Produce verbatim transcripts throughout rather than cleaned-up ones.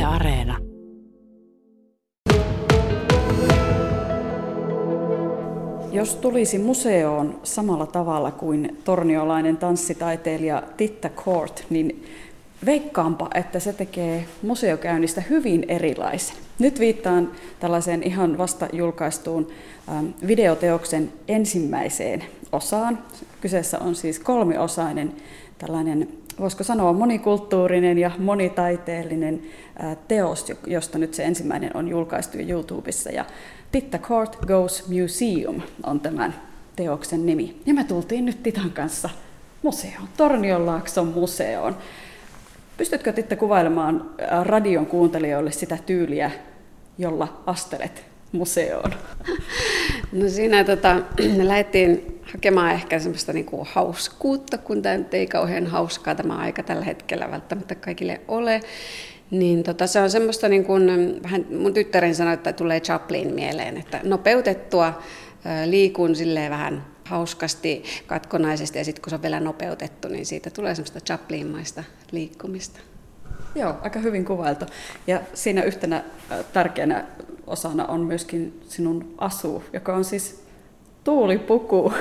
Areena. Jos tulisi museoon samalla tavalla kuin torniolainen tanssitaiteilija Titta Court, niin veikkaanpa, että se tekee museokäynnistä hyvin erilaisen. Nyt viittaan tällaiseen ihan vasta julkaistuun videoteoksen ensimmäiseen osaan. Kyseessä on siis kolmiosainen tällainen, voisiko sanoa, monikulttuurinen ja monitaiteellinen teos, josta nyt se ensimmäinen on julkaistu YouTubessa. Ja Titta Court Goes Museum on tämän teoksen nimi. Ja me tultiin nyt Titan kanssa museoon, Tornionlaakson museoon. Pystytkö, Titta, kuvailemaan radion kuuntelijoille sitä tyyliä, jolla astelet museoon? No siinä tota, me lähdettiin hakemaan ehkä semmoista niinku hauskuutta, kun tämä ei kauhean hauskaa tämä aika tällä hetkellä välttämättä kaikille ole. Niin tota, se on semmoista, niin kuin, vähän mun tyttären sanoi, että tulee Chaplin mieleen, että nopeutettua liikun silleen vähän hauskasti, katkonaisesti, ja sitten kun se on vielä nopeutettu, niin siitä tulee semmoista Chaplin-maista liikkumista. Joo, aika hyvin kuvailtu. Ja siinä yhtenä tärkeänä osana on myöskin sinun asu, joka on siis tuulipuku.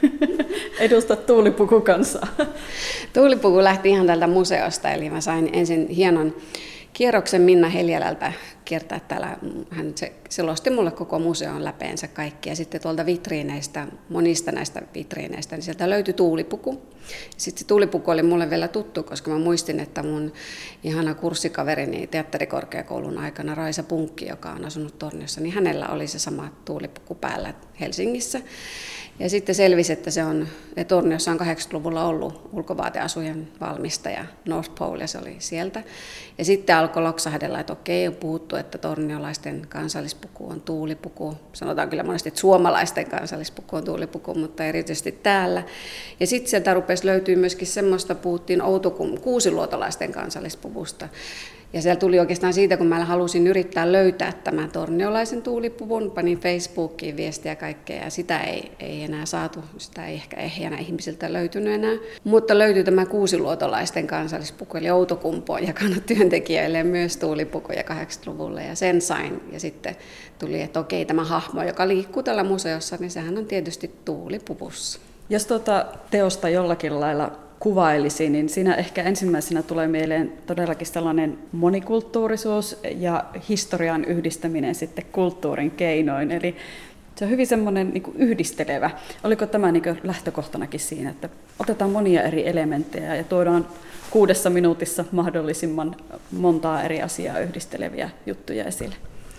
Edustat tuulipukukansaa. Tuulipuku lähti ihan tältä museosta, eli mä sain ensin hienon kierroksen Minna Heljälältä kiertää täällä. Hän se selosti mulle koko museon läpeensä kaikki. Ja sitten tuolta vitriineistä, monista näistä vitriineistä, niin sieltä löytyi tuulipuku. Sitten se tuulipuku oli mulle vielä tuttu, koska mä muistin, että mun ihana kurssikaverini teatterikorkeakoulun aikana Raisa Punkki, joka on asunut Torniossa, niin hänellä oli se sama tuulipuku päällä Helsingissä. Ja sitten selvisi, että se on, että Torniossa on kahdeksankymmentäluvulla ollut ulkovaateasujen valmistaja North Pole, ja se oli sieltä. Ja sitten alkoi loksahdella, että okei, on puhuttu, että torniolaisten kansallispuku on tuulipuku. Sanotaan kyllä monesti, että suomalaisten kansallispuku on tuulipuku, mutta erityisesti täällä. Ja sitten sieltä rupesi löytyä myöskin semmoista, puhuttiin Outokummun kuusiluotolaisten kansallispuvusta. Ja siellä tuli oikeastaan siitä, kun mä halusin yrittää löytää tämän torniolaisen tuulipuvun, panin Facebookiin viestiä ja kaikkea, ja sitä ei, ei enää saatu, sitä ei ehkä ehjänä ihmisiltä löytynyt enää. Mutta löytyi tämä kuusiluotolaisten kansallispuku, eli Outokumpu on jakanut työntekijöille myös tuulipukuja kahdeksankymmentäluvulla, ja sen sain. Ja sitten tuli, että okei, tämä hahmo, joka liikkuu tällä museossa, niin sehän on tietysti tuulipuvussa. Jos tuota teosta jollakin lailla kuvailisi, niin siinä ehkä ensimmäisenä tulee mieleen todellakin sellainen monikulttuurisuus ja historian yhdistäminen sitten kulttuurin keinoin. Eli se on hyvin semmoinen niin kuin yhdistelevä. Oliko tämä niin kuin lähtökohtanakin siinä, että otetaan monia eri elementtejä ja tuodaan kuudessa minuutissa mahdollisimman montaa eri asiaa yhdisteleviä juttuja esille?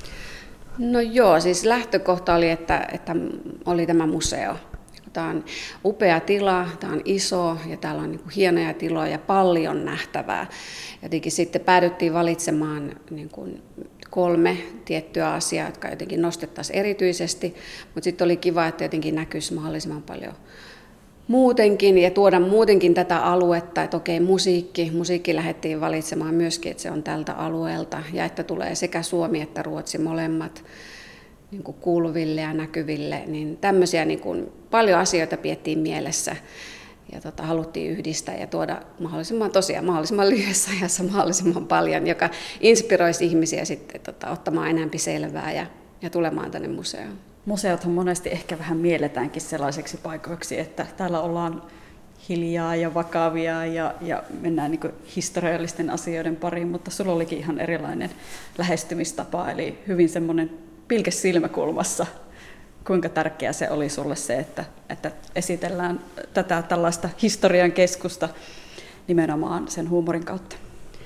No joo, siis lähtökohta oli, että, että oli tämä museo. Tämä on upea tila, tämä on iso ja täällä on niin kuin hienoja tiloja ja paljon nähtävää. Jotenkin sitten päädyttiin valitsemaan niin kuin kolme tiettyä asiaa, jotka jotenkin nostettaisiin erityisesti, mutta sitten oli kiva, että jotenkin näkyisi mahdollisimman paljon muutenkin ja tuoda muutenkin tätä aluetta, että okei, musiikki, musiikki lähdettiin valitsemaan myöskin, että se on tältä alueelta ja että tulee sekä Suomi että Ruotsi molemmat niin kuin kuuluville ja näkyville, niin tämmöisiä niin kuin paljon asioita pidettiin mielessä ja tota, haluttiin yhdistää ja tuoda mahdollisimman tosiaan mahdollisimman lyhyessä ajassa mahdollisimman paljon, joka inspiroisi ihmisiä sitten tota, ottamaan enemmän selvää ja, ja tulemaan tänne museoon. Museothan monesti ehkä vähän mielletäänkin sellaiseksi paikoiksi, että täällä ollaan hiljaa ja vakavia ja, ja mennään niin kuin historiallisten asioiden pariin, mutta sulla olikin ihan erilainen lähestymistapa, eli hyvin semmoinen pilke silmäkulmassa. Kuinka tärkeää se oli sulle se, että, että esitellään tätä tällaista historian keskusta nimenomaan sen huumorin kautta?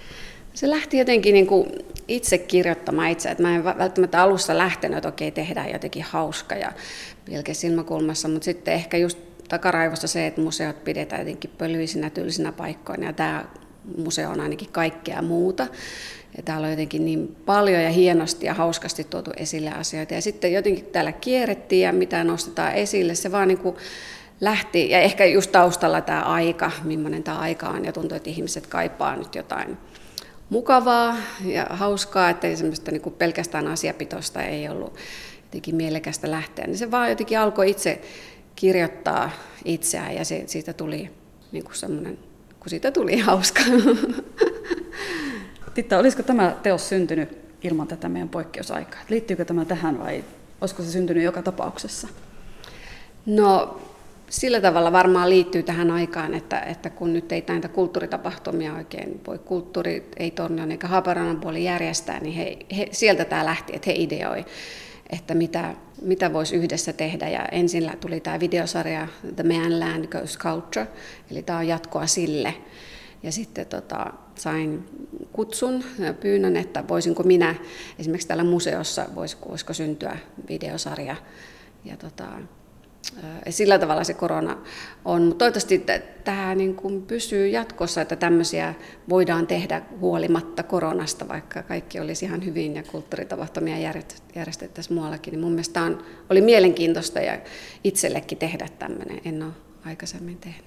Se lähti jotenkin niin kuin itse kirjoittamaan itse, että mä en välttämättä alussa lähtenyt, että okei, tehdään jotenkin hauska ja pilke silmäkulmassa, mutta sitten ehkä just takaraivossa se, että museot pidetään jotenkin pölyisinä, tylsinä paikkoina ja tämä museo on ainakin kaikkea muuta. Ja täällä on jotenkin niin paljon ja hienosti ja hauskasti tuotu esille asioita. Ja sitten jotenkin täällä kierrettiin ja mitä nostetaan esille, se vaan niin kuin lähti. Ja ehkä just taustalla tämä aika, millainen tämä aika on. Ja tuntuu, että ihmiset kaipaa nyt jotain mukavaa ja hauskaa, että ei semmoista niin kuin pelkästään asiapitoista ei ollut jotenkin mielekästä lähteä. Niin se vaan jotenkin alkoi itse kirjoittaa itseään ja se, siitä tuli niin kuin semmoinen, kun siitä tuli hauska. Titta, olisiko tämä teos syntynyt ilman tätä meidän poikkeusaikaa? Liittyykö tämä tähän vai olisiko se syntynyt joka tapauksessa? No sillä tavalla varmaan liittyy tähän aikaan, että, että kun nyt ei näitä kulttuuritapahtumia oikein voi kulttuuri, ei Tornion eikä Haaparannan puoli järjestää, niin he, he, sieltä tämä lähti, että he ideoi, että mitä, mitä voisi yhdessä tehdä. Ja ensin tuli tämä videosarja The Man Land Goes Culture, eli tämä on jatkoa sille. Ja sitten tota, sain kutsun ja pyynnön, että voisinko minä esimerkiksi täällä museossa, voisiko, voisiko syntyä videosarja. Ja tota, sillä tavalla se korona on. Mutta toivottavasti tämä niin kuin pysyy jatkossa, että tämmöisiä voidaan tehdä huolimatta koronasta, vaikka kaikki olisi ihan hyvin ja kulttuuritapahtumia järjestettäisiin muuallakin. Niin mun mielestä on, oli mielenkiintoista ja itsellekin tehdä tämmöinen. En ole aikaisemmin tehnyt.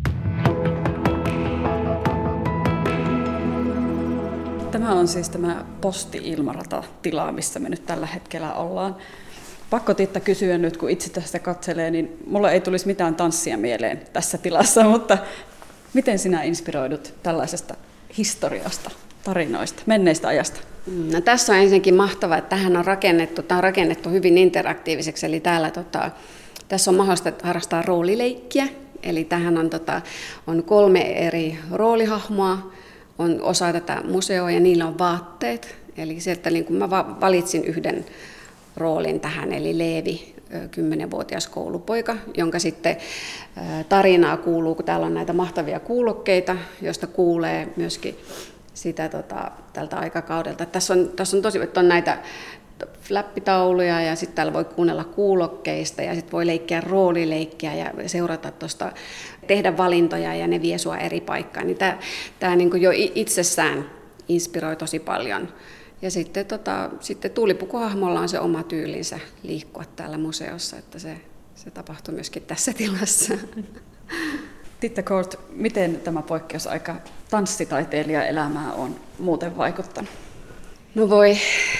Tämä on siis tämä Posti-Ilmarata-tila, missä me nyt tällä hetkellä ollaan. Pakko Titta kysyä nyt, kun itse tästä katselee, niin mulla ei tulisi mitään tanssia mieleen tässä tilassa, mutta miten sinä inspiroidut tällaisesta historiasta, tarinoista, menneistä ajasta? No, tässä on ensinnäkin mahtavaa, että tähän on rakennettu, tämä on rakennettu hyvin interaktiiviseksi, eli täällä tota, tässä on mahdollista harrastaa roolileikkiä, eli tähän on, tota, on kolme eri roolihahmoa, on osa tätä museoa ja niillä on vaatteet, eli sieltä niin kun mä valitsin yhden roolin tähän, eli Leevi, kymmenvuotias koulupoika, jonka sitten tarinaa kuuluu, kun täällä on näitä mahtavia kuulokkeita, joista kuulee myöskin sitä tota, tältä aikakaudelta. Tässä on, tässä on tosi, että on näitä flappitauluja ja sitten täällä voi kuunnella kuulokkeista ja sitten voi leikkiä roolileikkiä ja seurata tuosta, tehdä valintoja ja ne vie sua eri paikkaan. Niin tämä, tämä niin kuin jo itsessään inspiroi tosi paljon. Ja sitten, tota, sitten Tuulipukuhahmolla on se oma tyylinsä liikkua täällä museossa, että se, se tapahtui myöskin tässä tilassa. Titta Court, miten tämä poikkeusaika tanssitaiteilijan elämään on muuten vaikuttanut? No voi,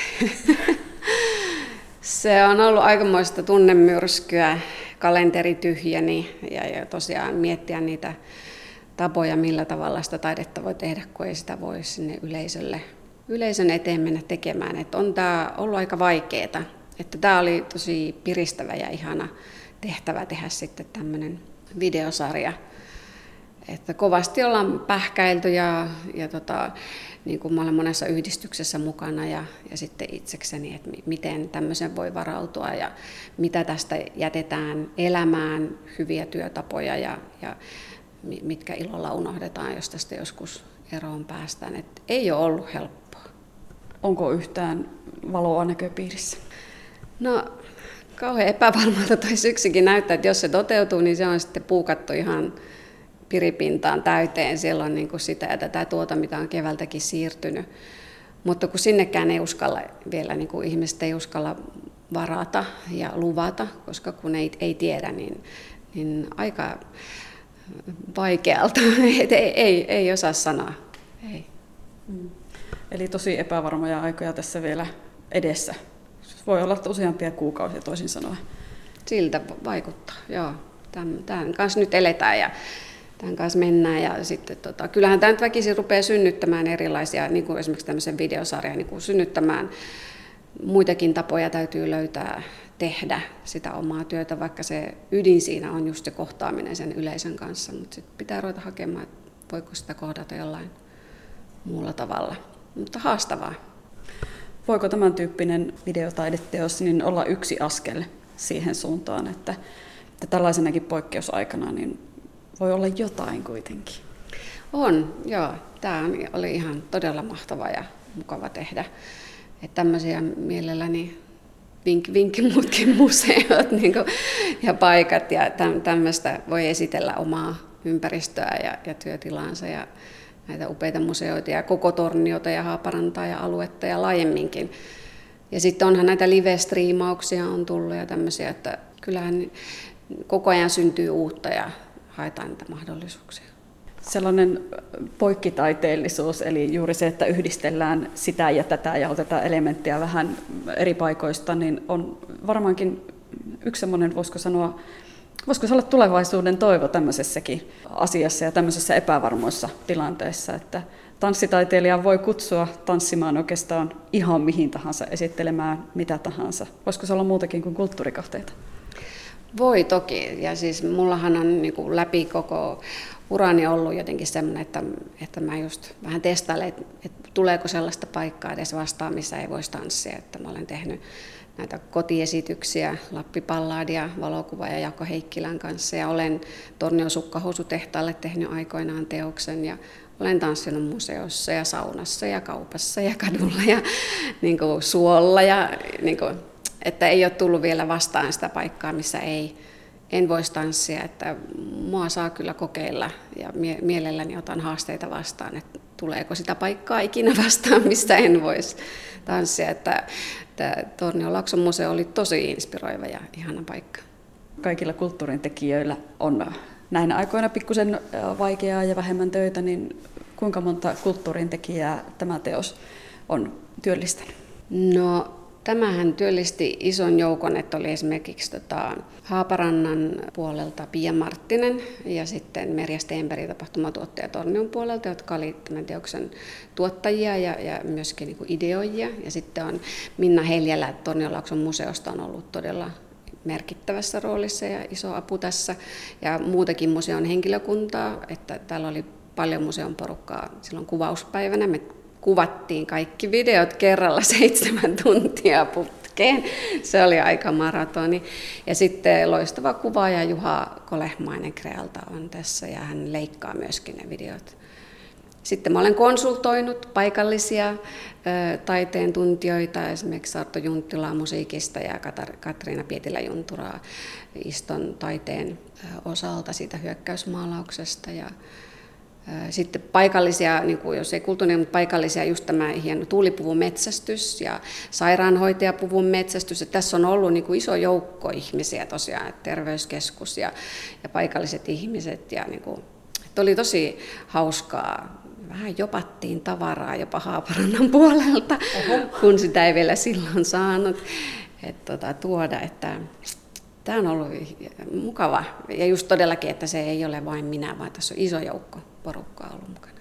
se on ollut aikamoista tunnemyrskyä, kalenteri tyhjeni ja, ja tosiaan miettiä niitä tapoja, millä tavalla sitä taidetta voi tehdä, kun ei sitä voi sinne yleisölle yleisön eteen mennä tekemään. Että on tämä ollut aika vaikeaa. Että tämä oli tosi piristävä ja ihana tehtävä tehdä sitten tämmöinen videosarja. Että kovasti ollaan pähkäilty ja, ja tota, niin kuin mä olen monessa yhdistyksessä mukana ja, ja sitten itsekseni, että miten tämmöisen voi varautua ja mitä tästä jätetään elämään, hyviä työtapoja ja, ja mitkä ilolla unohdetaan, jos tästä joskus eroon päästään. Että ei ole ollut helppoa. Onko yhtään valoa näköpiirissä? No kauhean epävarmalta toi syksykin näyttää, että jos se toteutuu, niin se on sitten puukattu ihan piripintaan täyteen. Siellä on niin kuin sitä ja tätä tuota, mitä on keväältäkin siirtynyt. Mutta kun sinnekään ei uskalla vielä, niin kuin ihmiset ei uskalla varata ja luvata, koska kun ei, ei tiedä, niin, niin aika vaikealta. ei, ei, ei osaa sanoa. Ei. Mm. Eli tosi epävarmoja aikoja tässä vielä edessä. Voi olla useampia kuukausia toisin sanoen. Siltä vaikuttaa, joo. Tämän, tämän kanssa nyt eletään ja tämän kanssa mennään. Ja sitten, tota, kyllähän tämä nyt väkisin rupeaa synnyttämään erilaisia, niin kuin esimerkiksi tämmöisen videosarjan, niin kuin synnyttämään muitakin tapoja täytyy löytää tehdä sitä omaa työtä, vaikka se ydin siinä on just se kohtaaminen sen yleisön kanssa. Mutta sitten pitää ruveta hakemaan, että voiko sitä kohdata jollain muulla tavalla. Mutta haastavaa. Voiko tämän tyyppinen videotaideteos niin olla yksi askel siihen suuntaan, että, että tällaisenakin poikkeusaikana niin voi olla jotain kuitenkin? On, joo. Tämä oli ihan todella mahtava ja mukava tehdä. Että tämmöisiä mielelläni vink, vink muutkin museot niin kuin, ja paikat ja tämmöistä voi esitellä omaa ympäristöä ja, ja työtilaansa ja näitä upeita museoita ja koko Torniota ja Haaparantaa ja aluetta ja laajemminkin. Ja sitten onhan näitä live-striimauksia on tullut ja tämmöisiä, että kyllähän koko ajan syntyy uutta ja haetaan niitä mahdollisuuksia. Sellainen poikkitaiteellisuus, eli juuri se, että yhdistellään sitä ja tätä ja otetaan elementtejä vähän eri paikoista, niin on varmaankin yksi semmoinen, voisiko sanoa, Voisiko se olla tulevaisuuden toivo tämmöisessäkin asiassa ja tämmöisessä epävarmoissa tilanteissa, että tanssitaiteilija voi kutsua tanssimaan oikeastaan ihan mihin tahansa, esittelemään mitä tahansa. Voisiko se olla muutakin kuin kulttuurikohteita? Voi toki, ja siis mullahan on niin kuin läpi koko urani ollut jotenkin semmoinen, että, että mä just vähän testailen, että, että tuleeko sellaista paikkaa edes vastaan, missä ei voisi tanssia. Että mä olen tehnyt näitä kotiesityksiä, Lappi Palladia, Valokuva ja Jaakko Heikkilän kanssa, ja olen Tornion sukkahousutehtaalle tehnyt aikoinaan teoksen, ja olen tanssinut museossa ja saunassa ja kaupassa ja kadulla ja niin kuin suolla, ja niin kuin, että ei ole tullut vielä vastaan sitä paikkaa, missä ei, en voisi tanssia, että mua saa kyllä kokeilla ja mie- mielelläni otan haasteita vastaan, että tuleeko sitä paikkaa ikinä vastaan, missä en voisi tanssia, että, että Tornion Laakson museo oli tosi inspiroiva ja ihana paikka. Kaikilla kulttuurin tekijöillä on näinä aikoina pikkusen vaikeaa ja vähemmän töitä, niin kuinka monta kulttuurin tekijää tämä teos on työllistänyt? No, tämähän työllisti ison joukon, että oli esimerkiksi tota, Haaparannan puolelta Pia Marttinen ja sitten Merja Stenberg tapahtumatuottaja Tornion puolelta, jotka oli tämän teoksen tuottajia ja, ja myöskin niin kuin ideoijia. Ja sitten on Minna Heljälä Tornion Laakson museosta on ollut todella merkittävässä roolissa ja iso apu tässä. Ja muutakin museon henkilökuntaa, että täällä oli paljon museon porukkaa silloin kuvauspäivänä. Me kuvattiin kaikki videot kerralla seitsemän tuntia putkeen. Se oli aika maratoni. Ja sitten loistava kuvaaja Juha Kolehmainen Krealta on tässä ja hän leikkaa myöskin ne videot. Sitten mä olen konsultoinut paikallisia ö, taiteen tuntijoita, esimerkiksi Arto Junttilaa musiikista ja Katar- Katriina Pietilä-Junturaa iston taiteen ö, osalta siitä hyökkäysmaalauksesta. Ja, ö, sitten paikallisia, niin kuin jos ei kulttuurinen, mutta paikallisia, just tämä hieno tuulipuvun metsästys ja sairaanhoitajapuvun metsästys. Ja tässä on ollut niin kuin iso joukko ihmisiä tosiaan, terveyskeskus ja, ja paikalliset ihmiset. Ja, niin kuin, että oli tosi hauskaa. Vähän jopattiin tavaraa jopa Haaparannan puolelta, Oho. kun sitä ei vielä silloin saanut että, tota, tuoda. Että, tämä on ollut mukava. Ja just todellakin, että se ei ole vain minä, vaan tässä on iso joukko porukkaa ollut mukana.